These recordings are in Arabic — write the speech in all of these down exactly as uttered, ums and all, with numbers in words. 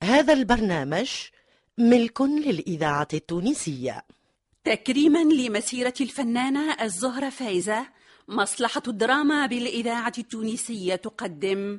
هذا البرنامج ملك للإذاعة التونسية. تكريما لمسيرة الفنانة الزهرة فايزة، مصلحة الدراما بالإذاعة التونسية تقدم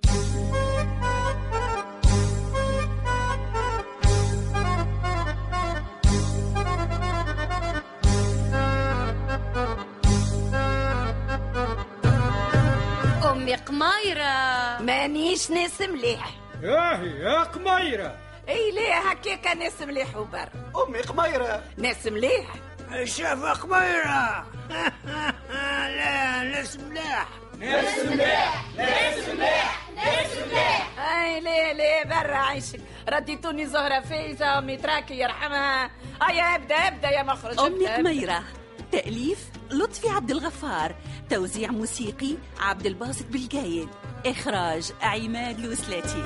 أمي قميرة. مانيش ناس مليح. ياهي يا قميرة. اي ليه هكاكا ناس مليح وبر. أمي قميرة ناس مليح. شاف قميرة. لا ناس مليح ناس مليح ناس مليح ناس مليح. اي ليه ليه برا عيشك. رديتوني زهرة فايزة أمي تراكي يرحمها. هيا ابدا ابدا يا مخرج. أمي قميرة. تأليف لطفي عبد الغفار، توزيع موسيقي عبد الباسط بالجايد، إخراج عماد الوسلاتي.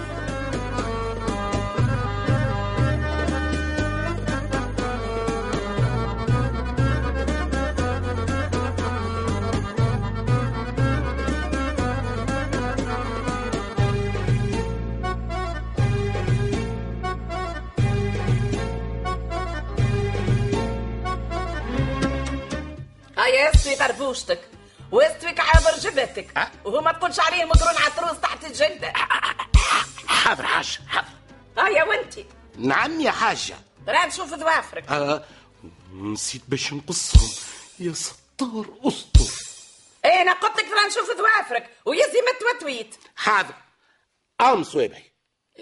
هيا استوي طربوشتك واستويك عابر جبهتك أه؟ وهو ما تقولش عليه مقرون عطروس تحت الجلدة. حاضر حاجة حاضر. هيا وانتي. نعم يا حاجة. ترى نشوف ضوافرك. آه نسيت باش نقصهم يا ستار أسطر. ايه انا قلت لك ترى نشوف ضوافرك ويزي متوتويت. حاضر. ام صوابعي.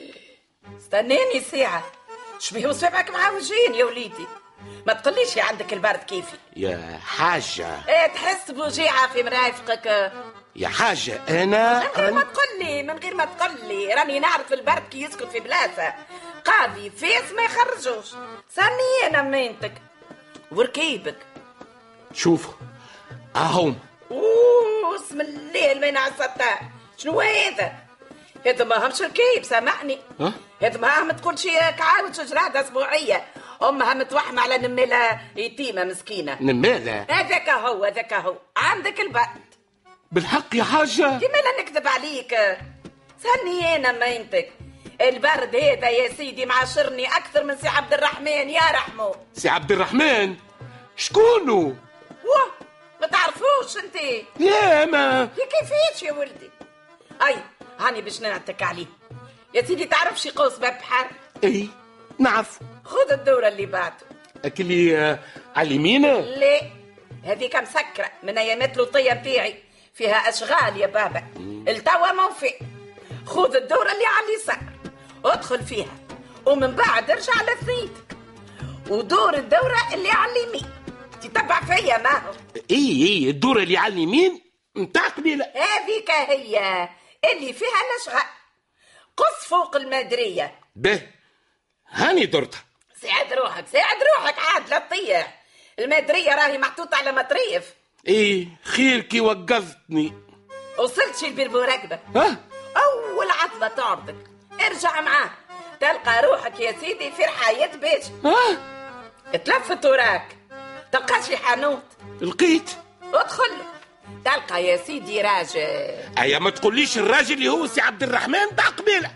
استناني ساعة. شبيه صوابعك معوجين يا وليدي. ما تقوليش يا عندك البرد كيفي يا حاجة. ايه تحس بوجيعة في مرافقك يا حاجة أنا من غير ما تقولي من غير ما تقولي راني نعرف البرد كي يسكت في بلاصة قاضي فيس ما يخرجوش. سني انا مينتك وركيبك. شوف اهم. اوه اسم الله المنع السطاع. شنو هذا؟ هذا ما همش ركيب سامحني. ها؟ هذا ما هم تقول شي كعاود شجرة أسبوعية. أمها متوحمة على نميلة يتيمة مسكينة. نميلة؟ هذاك هو هذاك هو عندك البرد. بالحق يا حاجة؟ كيما لا نكذب عليك. سني أنا مينتك البرد هذا يا سيدي معاشرني أكثر من سي عبد الرحمن يا رحمه. سي عبد الرحمن؟ شكونه؟ واه ما تعرفوش انت؟ لا ما كيفاش يا ولدي؟ أي هاني باش نعتك عليه يا سيدي. تعرف شي قوس باب بحر؟ اي نعرف. خذ الدورة اللي بعده. أكلي آه على اليمينة؟ لا هذيك مسكرة من أيامات لوطية متاعي فيها أشغال يا بابا. التوا موفي. خذ الدورة اللي على اليسار ادخل فيها ومن بعد ارجع لثنيتك ودور الدورة اللي على اليمين. تتبع فيا ما هو. اي اي الدورة اللي على اليمين متاع قبيلة. هذيك هي اللي فيها الأشغال. قص فوق المدرية. به هاني درتها. ساعد روحك ساعد روحك عاد لا تطيح. المدرية راهي محطوطة على مطريف. ايه خير كي وقفتني. وصلت شي البير براقبة. ها أول عطلة تعرضك ارجع معاه تلقى روحك يا سيدي في رحاية بيج. ها تلفت وراك تلقى شي حانوت. لقيت. ادخل تلقى يا سيدي راجل. ايا ما تقوليش الراجل اللي هو سي عبد الرحمن تاع قبيلة.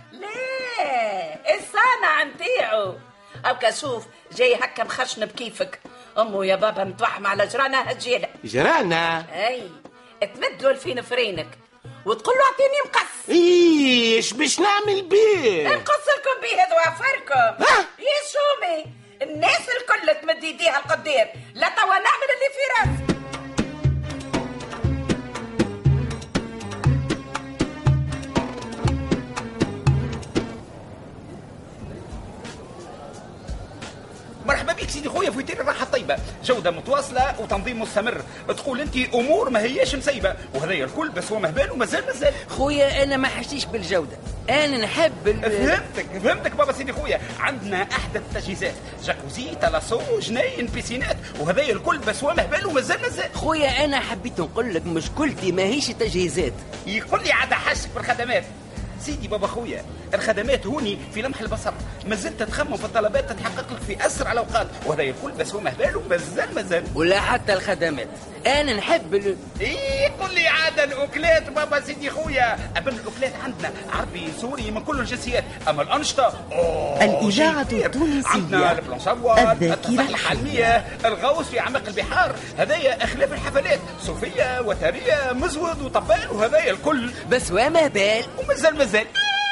لا الصانع نتاعو. هاكا شوف جاي هكا مخشن بكيفك. امه يا بابا متوحم على جرانا هجيله. جرانا؟ اي تمدلو الفين فرينك وتقول له اعطيني مقص. ايش باش نعمل بيه؟ نقص لكم بيه ضوافركم. يا شومي الناس الكل تمد يديها القدام لا توا نعمل اللي في راسي. مرحبا بك سيدي خويا في دير الراحة الطيبة. جودة متواصلة وتنظيم مستمر. تقول انت امور ما هياش مسيبة وهذايا الكل بس هو مهبال ومازال مازال. خويا انا ما حشتيش بالجودة. انا نحب ال... فهمتك فهمتك بابا سيدي خويا. عندنا احدث التجهيزات جاكوزي تلاسو جناين بيسينات وهذايا الكل بس هو مهبال ومازال مازال. خويا انا حبيت نقول لك مشكلتي ماهيش التجهيزات. يقول لي عاد حاسك بالخدمات. سيدي بابا خويا، الخدمات هوني في لمح البصر، ما زلت تخمم في الطلبات تتحقق لك في اسرع الاوقات، وهذا الكل بس هو مهبال مازال مازال. ولا حتى الخدمات، انا نحب ال... ايه قل لي عاد الاكلات بابا سيدي خويا، ابن الاكلات عندنا عربي سوري من كل الجنسيات، اما الانشطه الإذاعة التونسية عندنا البلان سافوار، الذاكرة التصحيح الحلمية، الغوص في اعماق البحار، هذايا اخلاف الحفلات، صوفيه وتريه مزود وطبال وهذايا الكل بس وما بال ومازال مازال.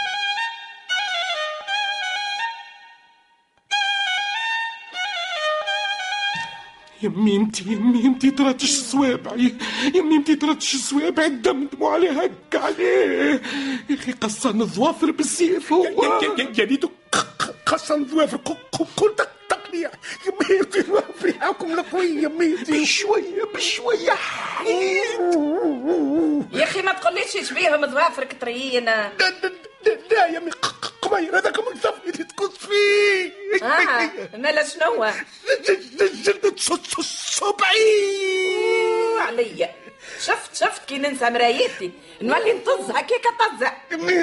يمي انتي يمي انتي تراتش صوابعي، يمي انتي تراتش صوابعي، دمدموا عليه هكا عليه يا اخي، قصن الظوافر بالسيف هو يا بيدو، قصن الظوافر قلت تقنيع يمي انتي ريحكم القوي يمي بشويه بشويه حيت يا اخي ما تقوليش شبيهم ظوافرك طريين. لا يمي قمير هذاك من صفي تقص فيه. اه مالا شنو جلدة صبعي عليا. شفت شفت كي ننسى مرايتي نولي نطز هكاك طزع.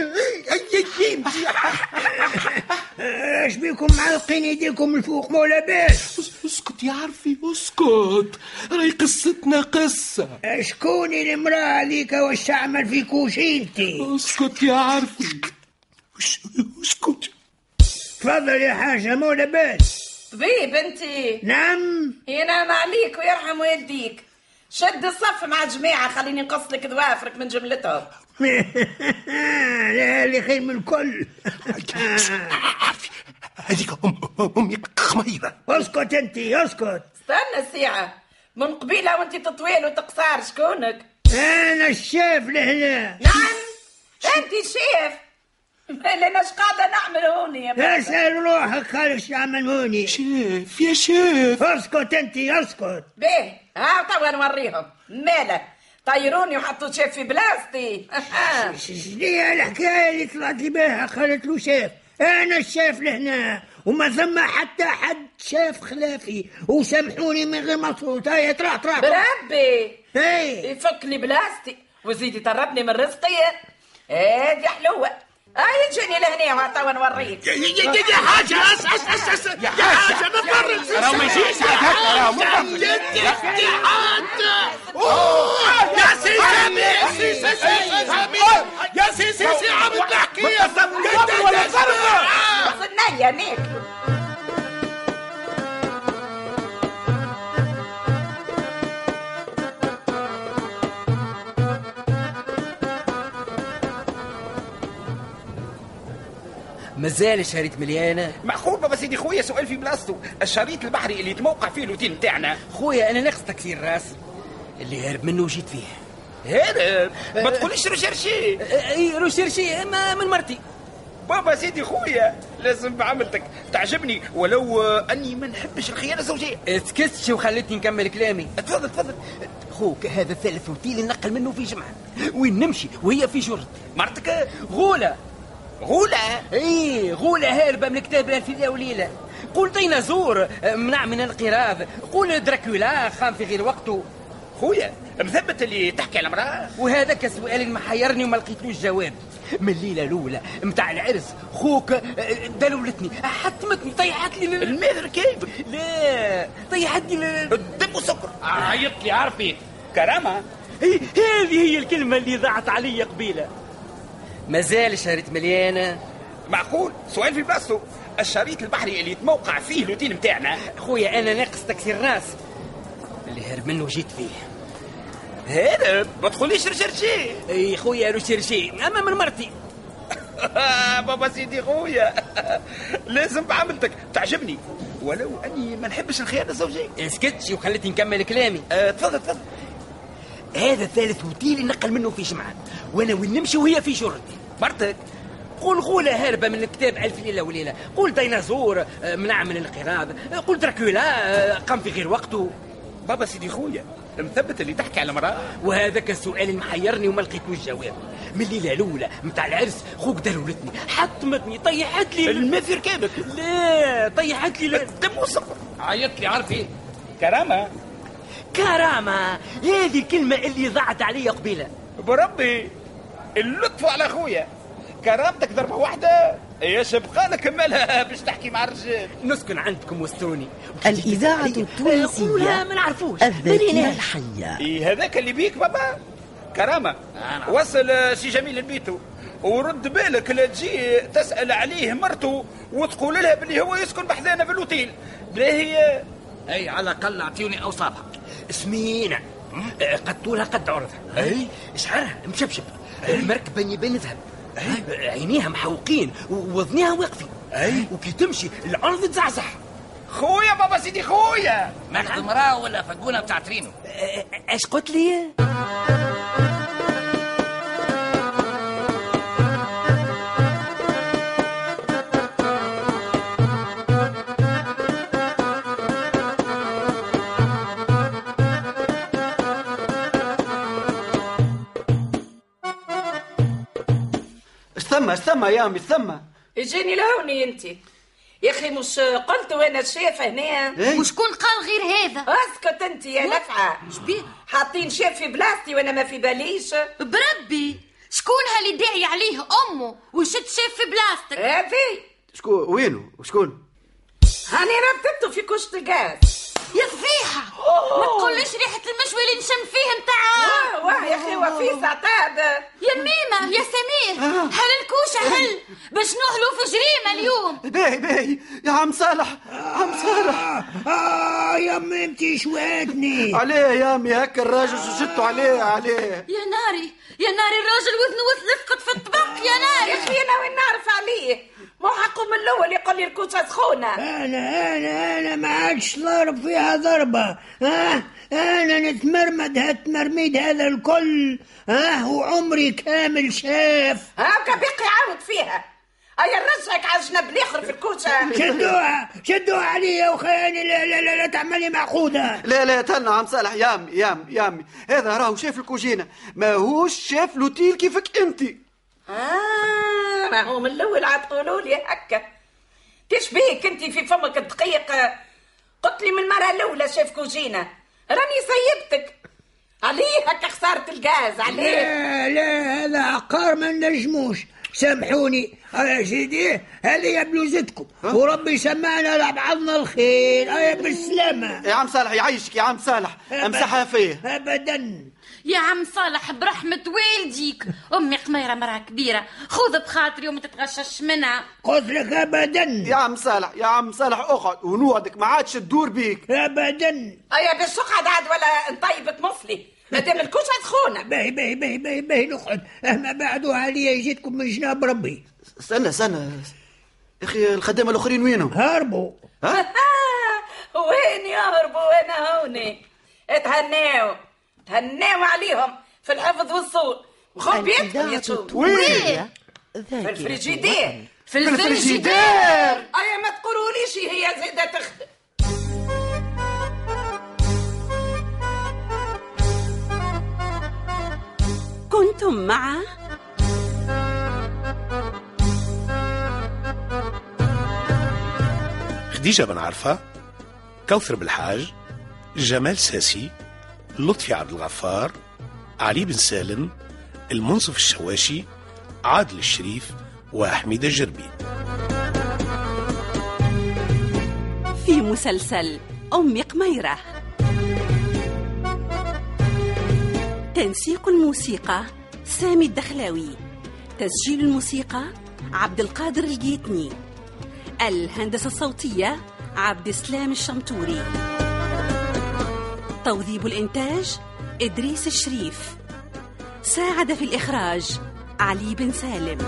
اش بيكم معلقين ايديكم الفوق مولا باش؟ اسكت يا عرفي اسكت، راهي قصتنا قصة. شكوني المرأة هذيك واش تعمل في كوشينتي؟ اسكت يا عرفي اسكت. تفضل يا حاجة مولا باش. طبيب انتي؟ نعم. ينام عليك ويرحم والديك. شد الصف مع جماعة خليني نقص لك ظوافرك من جملتهم. لا اللي خير من الكل. عارفي هذيك امي خميرة. اسكت انتي اسكت. استنى الساعة من قبيلة وانتي تطويل وتقصار شكونك؟ انا الشيف لهنا. نعم انتي الشيف. لأناش قاعدة نعمل هوني يا بابا. اسأل روحك خالص نعمل هوني. شيف يا شيف. اسكت انتي اسكت. بيه ها توا نوريهم ماله طيروني وحطوا شيف في بلاستي. شنو الحكايه اللي طلعت لي بها؟ قالت له شيف. انا الشيف لهنا وما ثم حتى حد شاف خلافي، وسامحوني من غير مصروف. هيا طلع طلع بربي اي يفك لي بلاستي وزيدي تربني من رزقي. هادي حلوه. هاي جيني لهنا وتوا نوريك. يا يا حاجة اس اس اس اس يا حاجة نضر راه ما يجيش هكا راه مو يا يا سيدي يا سيدي يا سيدي عم تحكي يا سيدي ولا ضربة صنية نيك. مازال الشريط مليانه. معقول بابا سيدي خويا سؤال في بلاصتو، الشريط البحري اللي تموقع فيه الاوتيل نتاعنا. خويا انا ناقص تكسير راس اللي هرب منه وجيت فيه. هرب؟ ما تقوليش روشيرشي. اي روشيرشي ما من مرتي. بابا سيدي خويا لازم بعملتك تعجبني ولو اني ما نحبش الخيانه الزوجيه. اسكتش وخليتني نكمل كلامي. تفضل تفضل. خوك هذا ثالث اوتيل نقل منه في جمعه، وين نمشي وهي في جرد. مرتك غوله غولة. ايه غولة هاربة من كتاب ألف ليلة وليلة. قول ديناصور منع من الانقراض، قول دراكولا خام في غير وقته. خويا مثبت اللي تحكي على مراه. وهذاك السؤال اللي محيرني وما لقيتلوش جواب. من الليلة الأولى متاع العرس خوك دلولتني حتمتني طيحت لي المهر كيف؟ لا طيحت لي الدم وسكر. عيط لي عارفي كرامة. هذه هي الكلمة اللي ضاعت علي قبيلة. مازال الشريط مليانة. معقول سؤال في بلاصتو، الشريط البحري اللي يتموقع فيه الاوتيل نتاعنا. خويا انا ناقص تكسير راس اللي هرب منه وجيت فيه. هرب؟ ما تقوليش رشرشي. اي خويا رشرشي اما من مرتي. بابا سيدي خويا لازم بعملتك تعجبني ولو اني ما نحبش الخيانه الزوجيه. اسكتش وخليتني نكمل كلامي. أه تفضل تفضل. هذا ثالث اوتيل نقل منه في جمعة، وانا وين نمشي وهي في جرد. مرتك قول غولة هاربة من الكتاب ألف ليلة وليلة، قول ديناصور منع من الانقراض، قول دراكولا قام في غير وقته. بابا سيدي خويا مثبت اللي تحكي على مراه. وهذاك السؤال اللي محيرني وما لقيتلوش جواب. من الليلة الأولى متاع العرس خوك دلولتني حطمتني طيحت لي المثل كابك. لا طيحت لي الدم والسكر. عيط لي عارفي كرامة. كرامة هذه الكلمة اللي ضاعت علي قبيلة. بربي اللطف على خويا كرامتك ضربة واحدة ايش بقى لك مالها باش تحكي مع الرجال؟ نسكن عندكم واستروني. الإذاعة التونسية ما نعرفوش الذاكرة الحية. إيه هذاك اللي بيك بابا كرامة. وصل سي جميل لبيته ورد بالك لا تجي تسأل عليه مرته وتقول لها باللي هو يسكن بحذانا في الأوتيل. بلا هي اي على الأقل اعطيوني أوصافها. سمينة قد طولها قد عرضها. اي شعرها مشبشب، المركبة يبان ذهب، عينيها محوقين ووذنيها واقفين، اي وكي تمشي الأرض تزعزع. خويا بابا سيدي خويا ماخذ مراه ولا فقونه بتاع ترينو؟ ايش قلت لي؟ ثم ثم يا امي ثم يجيني لهوني انت يا اخي. مش قلت وانا شايفه هنا؟ إيه؟ وشكون قال غير هذا؟ اسكت انت يا نفعه. شبيه حاطين شاف في بلاصتي وانا ما في باليش. بربي شكون اللي داعي عليه امه وشت شاف في بلاصتك؟ هذي شكون وينه وشكون؟ هاني ربطته في كشط الغاز. يا فضيحه ما تقوليش ريحه المشوي اللي نشم فيه نتاع. واه واه يا اخي وفيس عتاب. يا ميمه يا سمير آه. هل الكوشه هل باش نهلوا في جريمه اليوم. باهي باهي يا عم صالح. آه عم صالح آه, اه يا ميمتي شواتني عليه يا امي هكا الراجل شتوا عليه عليه. يا ناري يا ناري الراجل وزنه وثلفقت في الطبق. يا ناري يا اخي انا وين نعرف عليه؟ مو حقه من الاول يقول لي الكوشه سخونه. انا انا انا ما عادش ضارب فيها ضربه. ها انا نتمرمد هالتمرميد هذا الكل. ها وعمري كامل شاف. هاكا بقي عاود فيها. ايا رجعك على الجنب الاخر في الكوشه. شدوها شدوها عليا وخياني. لا لا لا, لا تعملي معقوده. لا لا تهنى عم صالح يا امي يا امي يا امي هذا راهو شاف الكوجينه ماهوش شاف لوتيل كيفك انت. اه ما هو من الاول عاد تقولوا لي هكا. تشبيك انت في فمك الدقيق؟ قلت لي من المره الاولى شاف كوجينه راني سيبتك عليه هكا خساره الغاز عليه. لا لا هذا عقار ما نجموش. سامحوني يا سيدي هذه يا بلوزتكم وربي يسمعنا لبعضنا الخير. يا بالسلامه يا عم صالح يعيشك يا عم صالح امسحها فيه. ابدا يا عم صالح برحمة والديك أمي قميرة مرأة كبيرة خذ بخاطري وما تتغشش منها. قلت لك أبدا يا عم صالح يا عم صالح اقعد ونوعدك ما عادش تدور بيك أبدا. أيا باش تقعد عاد ولا نطيبك مفلي مادام الكوشة سخونة. باهي باهي باهي باهي باهي نقعد. أما بعدوا عليا يجيتكم من جناب ربي. استنى استنى يا أخي الخدامة الآخرين وينهم؟ هربوا. ها؟ وين يهربوا وانا هوني؟ اتهناو تهناو عليهم في الحفظ والصول وخذ بيتكم يا شوف. وين؟ في الفريجيدير. في الفريجيدير. أيا ما تقولوليش هي زيادة تخدم. كنتم مع خديجة بن عرفة، كوثر بالحاج، جمال ساسي، لطفي عبد الغفار، علي بن سالم، المنصف الشواشي، عادل الشريف، وحميدة الجربي. في مسلسل أم قميرة. تنسيق الموسيقى سامي الدخلاوي. تسجيل الموسيقى عبد القادر الجيتني. الهندسة الصوتية عبد السلام الشمتوري. توظيب الإنتاج إدريس الشريف. ساعد في الإخراج علي بن سالم.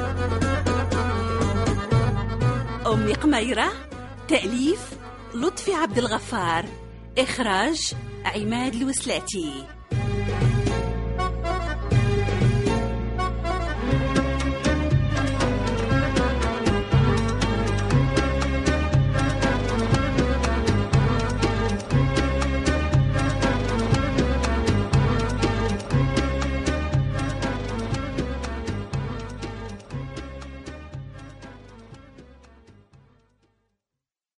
أم قميرة تأليف لطفي عبد الغفار. إخراج عماد الوسلاتي.